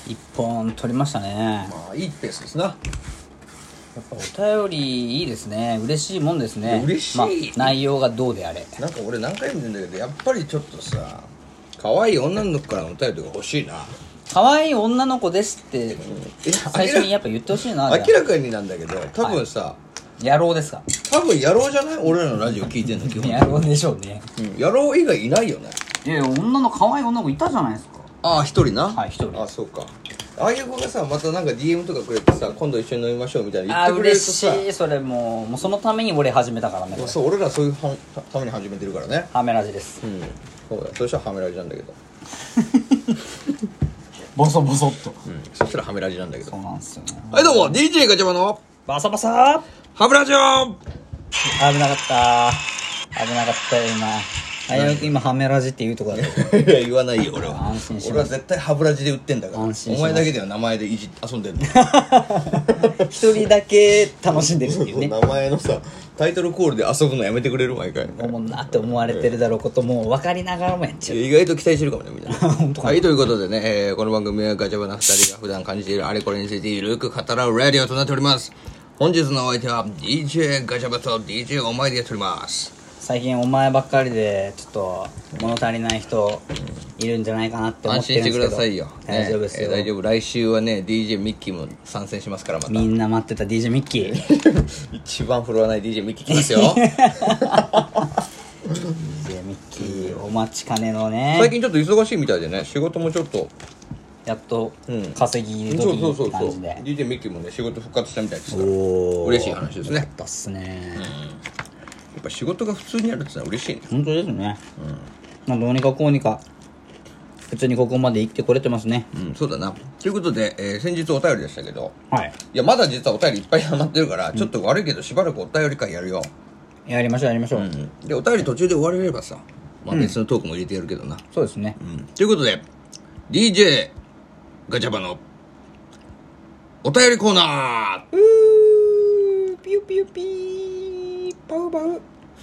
一本取りましたね。 まあいいペースですな。 やっぱお便りいいですね。嬉しいもんですね。 嬉しい、 まあ、内容がどうであれ。 なんか俺何回も言うんだけど、やっぱりちょっとさ、可愛い女の子からのお便りが欲しいな。 可愛い女の子ですって最初にやっぱ言ってほしいな。 明らかになんだけど、多分さ、 野郎ですか。 多分野郎じゃない？俺らのラジオ聞いてんの基本。 野郎でしょうね。 野郎以外いないよね。 いや女の可愛い女の子いたじゃないですか。 ああ、一人な。 はい、一人。 あ、そうか。ああいう子がさ、またなんか DM とかくれてさ、今度一緒に飲みましょうみたいな言あーってくれると嬉しさ、 い。それもうそのために俺始めたからね。 そう、俺らそういうために始めてるからね。 ハメラジです。 うん。そうだよ。そしたらハメラジなんだけど。 ボソボソっと。 そしたらハメラジなんだけど。 そうなんですよね。 はい、どうも DJ ガチャバのバサバサハブラジオ。 危なかった危なかったよ今。今ハメラジって言うとこだったいや、言わないよ俺は。 安心します俺は絶対ハブラジで売ってんだから。 安心しますお前だけでは名前で遊んでんの。 一人だけ楽しんでるっていうね。 名前のさ、タイトルコールで遊ぶのやめてくれる毎回。 思うなって思われてるだろうことも分かりながらもやっちゃう。 意外と期待してるかもね、みんな。 本当かな。 はい、ということでね、この番組はガチャバな2人が普段感じているあれこれについてゆるく語らうラディオとなっております。本日のお相手は DJ ガチャバと DJ お前でやっております。 最近お前ばっかりでちょっと物足りない人いるんじゃないかなって思安心してってるんですけど。 くださいよ。 大丈夫ですよ。 大丈夫。来週はね、DJ ミッキーも参戦しますから、また。 みんな待ってた DJ ミッキー。 一番振るわない DJ ミッキー来ますよ。 DJ ミッキーお待ちかねのね。 最近ちょっと忙しいみたいでね、仕事もちょっと。 やっと稼ぎ時そうそうってそうそう。 感じで。 DJ ミッキーもね、仕事復活したみたいですから。 おー嬉しい話ですね。 よかったっすね。 やっぱ仕事が普通にあるってのは嬉しいね。 本当ですね。まあどうにかこうにか普通にここまで生きてこれてますね。 うん、そうだな。ということで、先日お便りでしたけど、 はい。 いや、まだ実はお便りいっぱい溜まってるから、ちょっと悪いけどしばらくお便り会やるよ。 やりましょうやりましょう。 で、お便り途中で終われればさ、まあ別のトークも入れてやるけどな。 そうですね。 ということで、DJ ガチャバのお便りコーナー。 ピュピュピーパウパウ。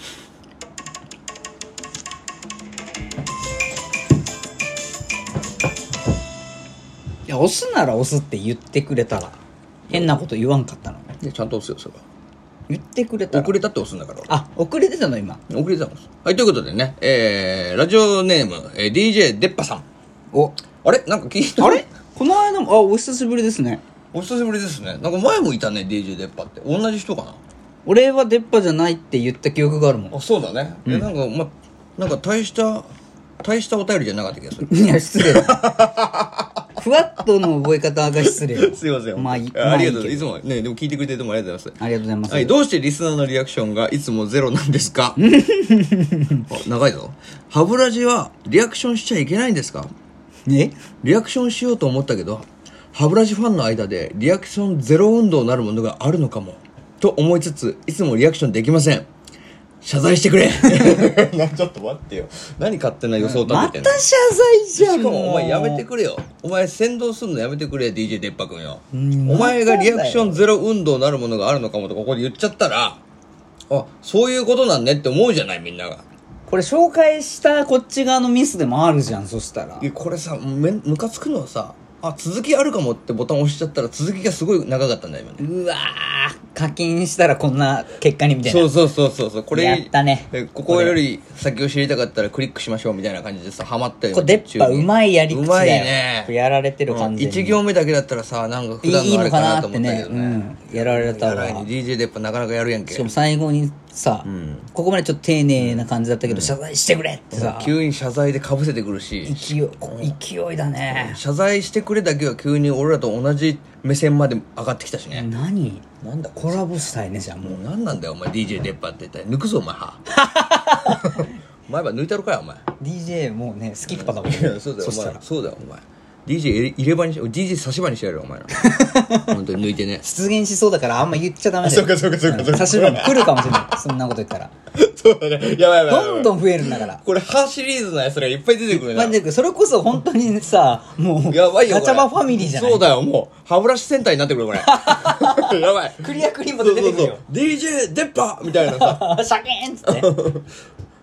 いや押すなら押すって言ってくれたら変なこと言わんかったの。 でちゃんと押すよ、それは。 言ってくれたら遅れたって押すんだから。 あ、遅れてたの今。 遅れたんです。はい、ということでね、ラジオネーム、DJ デッパさん。 お、 あれなんか聞いた？ あれこの間も、あ、お久しぶりですね。 お久しぶりですね。なんか前もいたね、DJ デッパって。同じ人かな？ 俺は出っ歯じゃないって言った記憶があるもん。 あ、そうだね。なんか、なんか大したお便りじゃなかった気がする。 いや、失礼だ。ふわっとの覚え方が失礼だ。 すいません。 まあいいありがとう。 まあいいけどいつもね、でも聞いてくれてどうもありがとうございます。 ありがとうございます。 はい、どうしてリスナーのリアクションがいつもゼロなんですか？あ、長いぞ。ハブラジはリアクションしちゃいけないんですか？ えリアクションしようと思ったけど、ハブラジファンの間でリアクションゼロ運動なるものがあるのかもと思いつつ、いつもリアクションできません。謝罪してくれ。ちょっと待ってよ。何勝手な予想立まててんの？ た謝罪じゃん。 しかもお前やめてくれよ。お前先導すんのやめてくれ、DJ デッパ君よ。 んお前がリアクションゼロ運動なるものがあるのかもとここで言っちゃったら、あ、そういうことなんねって思うじゃない、みんなが。 これ紹介したこっち側のミスでもあるじゃん、そしたら。 いやこれさ、ムカつくのはさ、あ、続きあるかもってボタン押しちゃったら続きがすごい長かったんだよ、今ね。 うわー、課金したらこんな結果にみたいな。 そう。これ、 やったね。 ここより先を知りたかったらクリックしましょうみたいな感じでさ、ハマったよ。 これ出っ歯うまいやり口だよ。 うまいね。 やられてる感じ。 一行目だけだったらさ、なんか普段いいのかのあれかなってね。 なと思ったけどやられたわ。 やらに DJ デッパなかなかやるやんけ。 しかも最後にさ、ここまでちょっと丁寧な感じだったけど、謝罪してくれってさ、 急に謝罪で被せてくるし、 勢いだね。 謝罪してくれだけは急に俺らと同じ目線まで上がってきたしね。 何なんだコラボしたいね、じゃあもう。 もう何なんだよお前 DJ デッパって言ったら抜くぞお前歯。お前は抜いたろかよお前。 DJ もうね、スキッパだもん。 いやそうだよお前。そうだよお前。DJ 入れ歯にし DJ 差し歯にしてやるよお前ら。本当に抜いてね。 出現しそうだからあんま言っちゃダメだよ。 そうか差し歯も来るかもしれない。そんなこと言ったら。 そうだね。やばい。 どんどん増えるんだから。 これ歯シリーズのやつらいっぱい出てくるな。 それこそ本当にさ、もう、 やばいよガチャバファミリーじゃない。 そうだよ、もう、歯ブラシセンターになってくるこれ。やばい。 クリアクリーンまで出てくるよ。 DJ デッパみたいなさ。 シャキーンっつって。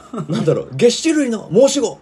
なんだろう、月種類の申し子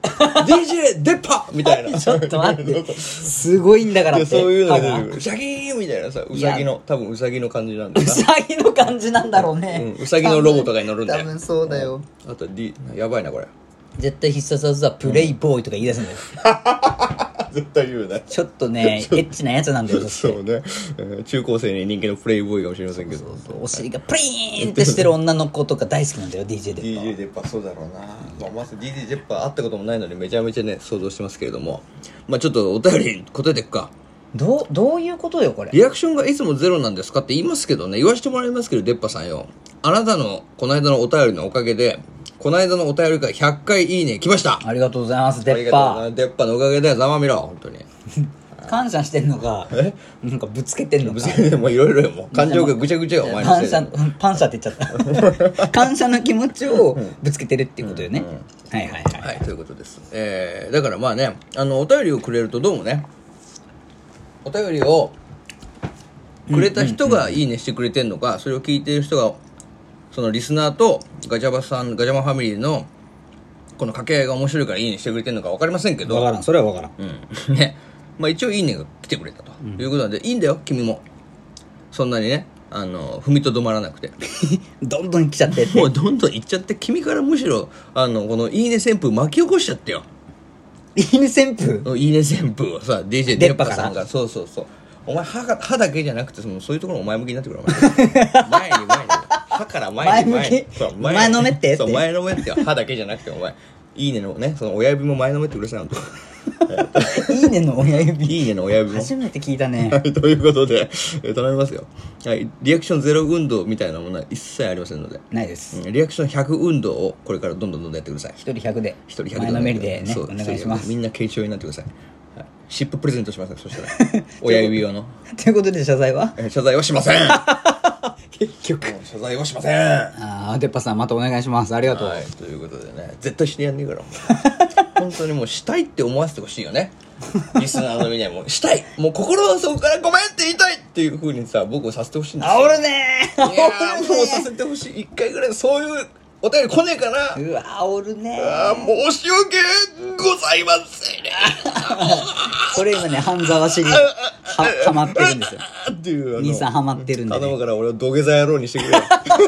DJ デッパみたいなちょっと待ってすごいんだからってそういうのが出歯がてくる。シャキーンみたいなさ、ウサギの、多分ウサギの感じなんだな。 うさぎの感じなんだろうね、 ウサギのロボとかに乗るんだよ。 多分そうだよ。 あと、やばいな、これ。 絶対必殺技はプレイボーイとか言い出すんだよ、 絶対言うね。 ちょっとねエッチなやつなんだよ。そしてそうね。中高生に人気のプレイボーイかもしれませんけど。 お尻がプリーンってしてる女の子とか大好きなんだよ DJ で DJ デッパそうだろうな、まあ、まず DJ デッパ会ったこともないのでめちゃめちゃね想像してますけれども、まあちょっとお便り答えていくか。 どういうことよこれ。 リアクションがいつもゼロなんですかって言いますけどね、言わせてもらいますけど、デッパさんよ、あなたのこの間のお便りのおかげでこの間のお便りから100回いいね来ました。 ありがとうございますデッありがとうパな。デッパのおかげでざまみろ本当に。 感謝してんのかなんかぶつけてんのか。 もういろいろよ、もう感情がぐちゃぐちゃよお前のせいで。 パンシャって言っちゃった感謝の気持ちをぶつけてるっていうことよね、はいはいはい、 はい、ということです。だからまあね、お便りをくれるとどうもね、お便りをくれた人がいいねしてくれてんのか、それを聞いてる人が、そのリスナーとガチャバさん、ガチャマファミリーのこの掛け合いが面白いからいいねしてくれてんのか分かりませんけど、 分からん、それは分からん、 ね、まあ一応いいねが来てくれたということなんで、いいんだよ、君も。そんなにね、踏みとどまらなくて。 どんどん来ちゃってってもうどんどん行っちゃって、君からむしろ、このいいね旋風巻き起こしちゃってよ。 いいね旋風いいね旋風をさ DJ デッパさんがそうそうそう、お前歯だけじゃなくてそういうところも前向きになってくる。お前前に歯から前にそう前のめってそう前のめってよ、歯だけじゃなくてお前いいねのね、その親指も前のめってください本当いいねの親指いいねの親指も初めて聞いたねはい、ということで、頼みますよ。はい、リアクションゼロ運動みたいなものは一切ありませんので、 ないです、 リアクション100運動をこれからどんどんやってください。 一人100で一人100 前のめりでねそうお願いしますみんな軽症になってください。はい、シッププレゼントしますそしたら親指用のということで謝罪は謝罪はしません結局謝罪はしません。 デッパさんまたお願いします。ありがとう、 はい、ということでね、絶対してやんねえから本当にもうしたいって思わせてほしいよねリスナーのみんなにもしたい、もう心の底からごめんって言いたいっていう風にさ僕をさせてほしいんですよ。 煽るねいやーもうさせてほしい。一回ぐらいそういうお便り来ねえかな。 うわ煽るね申し訳ございませんこれ今ね半沢しにはまってるんですよっていう兄さんハマってるんで、 頼むね、 から俺を土下座野郎にしてくれ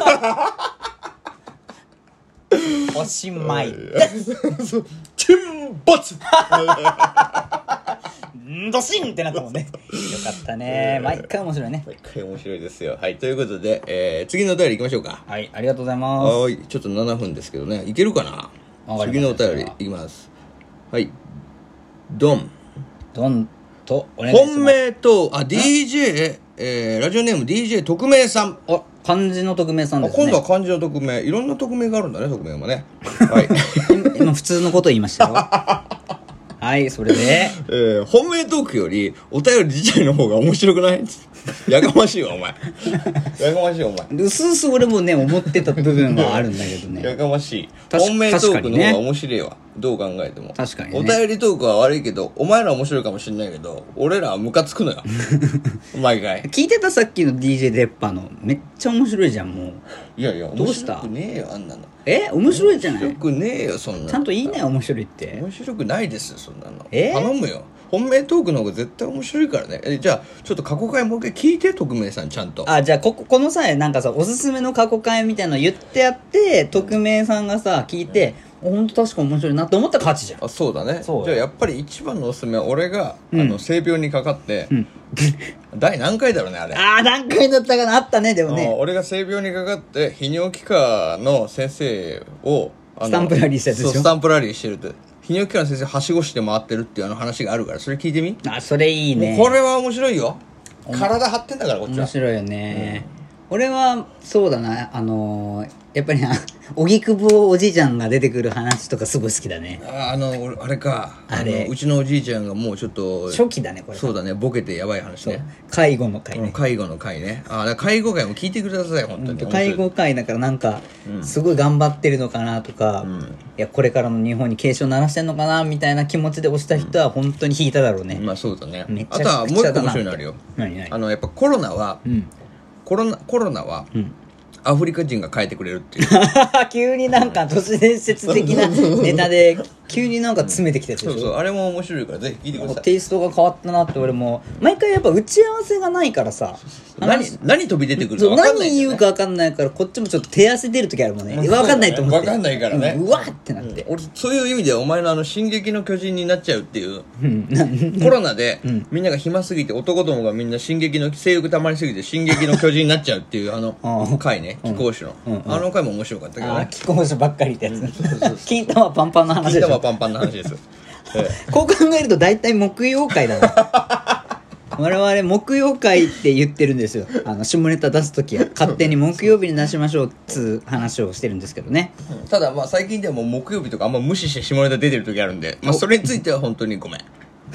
おしまい沈没ドシンってなったもんねよかったね毎回面白いね毎回面白いですよ。はい、ということで、次のお便り行きましょうか。 はいありがとうございまはい、ちょっと7分ですけどね、いけるかな。次のお便りいきます。はいドンすどんとお願いします。 本命とDJ、ラジオネーム DJ 特命さん。 あ漢字の匿名さんですね今度は漢字の匿名、いろんな匿名があるんだね、匿名もね。はい今普通のこと言いましたよはいそれで本命トークよりお便り自体の方が面白くない？やかましいわお前やかましいわお前うすうす俺もね思ってた部分はあるんだけどねやかましい。 確本命トークの方が確かにね面白いわ、どう考えても。 確かにねお便りトークは悪いけどお前ら面白いかもしれないけど俺らはムカつくのよ毎回。 聞いてたさっきの DJ デッパのめっちゃ面白いじゃんもういやいやどうした面白くねえよあんなの。 面白いじゃない面白くねえよそんなの。 ちゃんといいね面白いって面白くないですよそんなの。 頼頼むよ、本命トークの方が絶対面白いからね。じゃあちょっと過去回もう一回聞いて、匿名さんちゃんと。 じゃあこの際なんかさおすすめの過去回みたいなの言ってやって匿名さんがさ聞いて本当確か面白いなって思ったら勝ちじゃん。 あそうだね。 そうよじゃあやっぱり一番のおすすめは俺が、 うん性病にかかって、第何回だろうねあれ。 何回だったかなあったねでもね俺が性病にかかって泌尿器科の先生をスタンプラリーしたやつでしょ。 そうスタンプラリーしてるって、泌尿器科の先生はしごして回ってるっていう話があるから、それ聞いてみ。 それいいねもうこれは面白いよ。体張ってんだからこっちは。 面白いよね、俺はそうだなやっぱりな荻窪おじいちゃんが出てくる話とかすごい好きだね。 俺あれか、 あれうちのおじいちゃんがもうちょっと初期だねこれ。 そうだね、ボケてやばい話ね。 介護の回ね、 介護の回ね。だから介護回も聞いてください本当に。 介護会だからなんかすごい頑張ってるのかなとか、いやこれからの日本に警鐘を鳴らしてんのかなみたいな気持ちで押した人は本当に引いただろうね、 まあそうだね。 めちゃくちゃあとはもう一個だな面白いのあるよ。 何やっぱコロナは、 うんコロナは、 うんアフリカ人が変えてくれるっていう急になんか都市伝説的なネタで急になんか詰めてきたやつでしょ。 そうそう、あれも面白いからぜひ聞いてください。 テイストが変わったなって俺も毎回やっぱ打ち合わせがないからさ、 何飛び出てくるかそう分かんないんだよね、 何言うか分かんないからこっちもちょっと手汗出る時あるもんね。分かんないと思って分かんないからね、 うわってなって、 俺そういう意味ではお前の進撃の巨人になっちゃうっていうコロナでみんなが暇すぎて男どもがみんな進撃の性欲溜まりすぎて進撃の巨人になっちゃうっていう回ね、貴公子のあの回も面白かったけどね。 貴公子ばっかりってやつ金玉パンパンの話でしょ。 金玉パンパンの話ですこう考えると大体木曜会だな我々木曜会って言ってるんですよ。下ネタ出すときは勝手に木曜日に出しましょうっつう話をしてるんですけどね。 ただまあ最近ではもう木曜日とかあんま無視して下ネタ出てる時あるんで、まあそれについては本当にごめん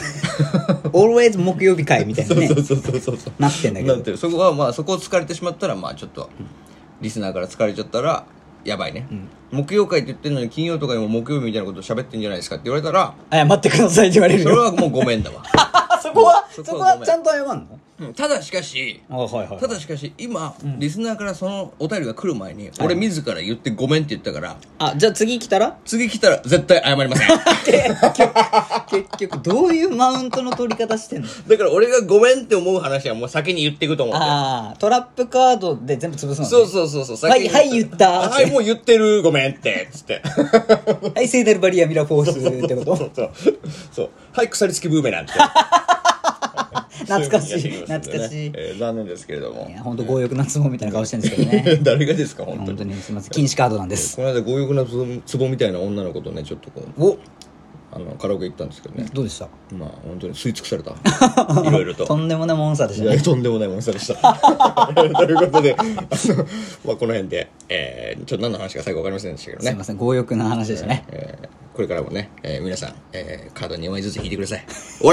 Always 木曜日会みたいなねそうなってんだけど、 なってる。そこはまあそこを疲れてしまったらまあちょっとリスナーから疲れちゃったらやばいね、木曜会って言ってるのに金曜とかにも木曜日みたいなことを喋ってんじゃないですかって言われたら謝ってくださいって言われるよ。 それはもうごめんだわそこはごめんちゃんと謝るの？ ただしかし今、リスナーからそのお便りが来る前に、俺自ら言ってごめんって言ったから、 じゃあ次来たら絶対謝りません結局どういうマウントの取り方してんの？ だから俺がごめんって思う話はもう先に言っていくと思ってトラップカードで全部潰すのね。 そうはい言ったはいもう言ってるごめんってつってはい聖なるバリアミラーフォースってことそうはい鎖付きブーメランって懐かしい、 残念ですけれども、 本当強欲なツボみたいな顔してるんですけどね誰がですか本当本当にすみません、禁止カードなんです。 この間強欲なツボみたいな女の子とねちょっとこうカラオケ行ったんですけどね。 どうでした？ まあ本当に吸い尽くされたいろいろととんでもないモンスターでしたね。 いやとんでもないモンスターでしたということでまあこの辺で、ちょっと何の話か最後分かりませんでしたけどね。 すいません、強欲な話でしたね。 これからもね、皆さん、カード2枚ずつ引いてください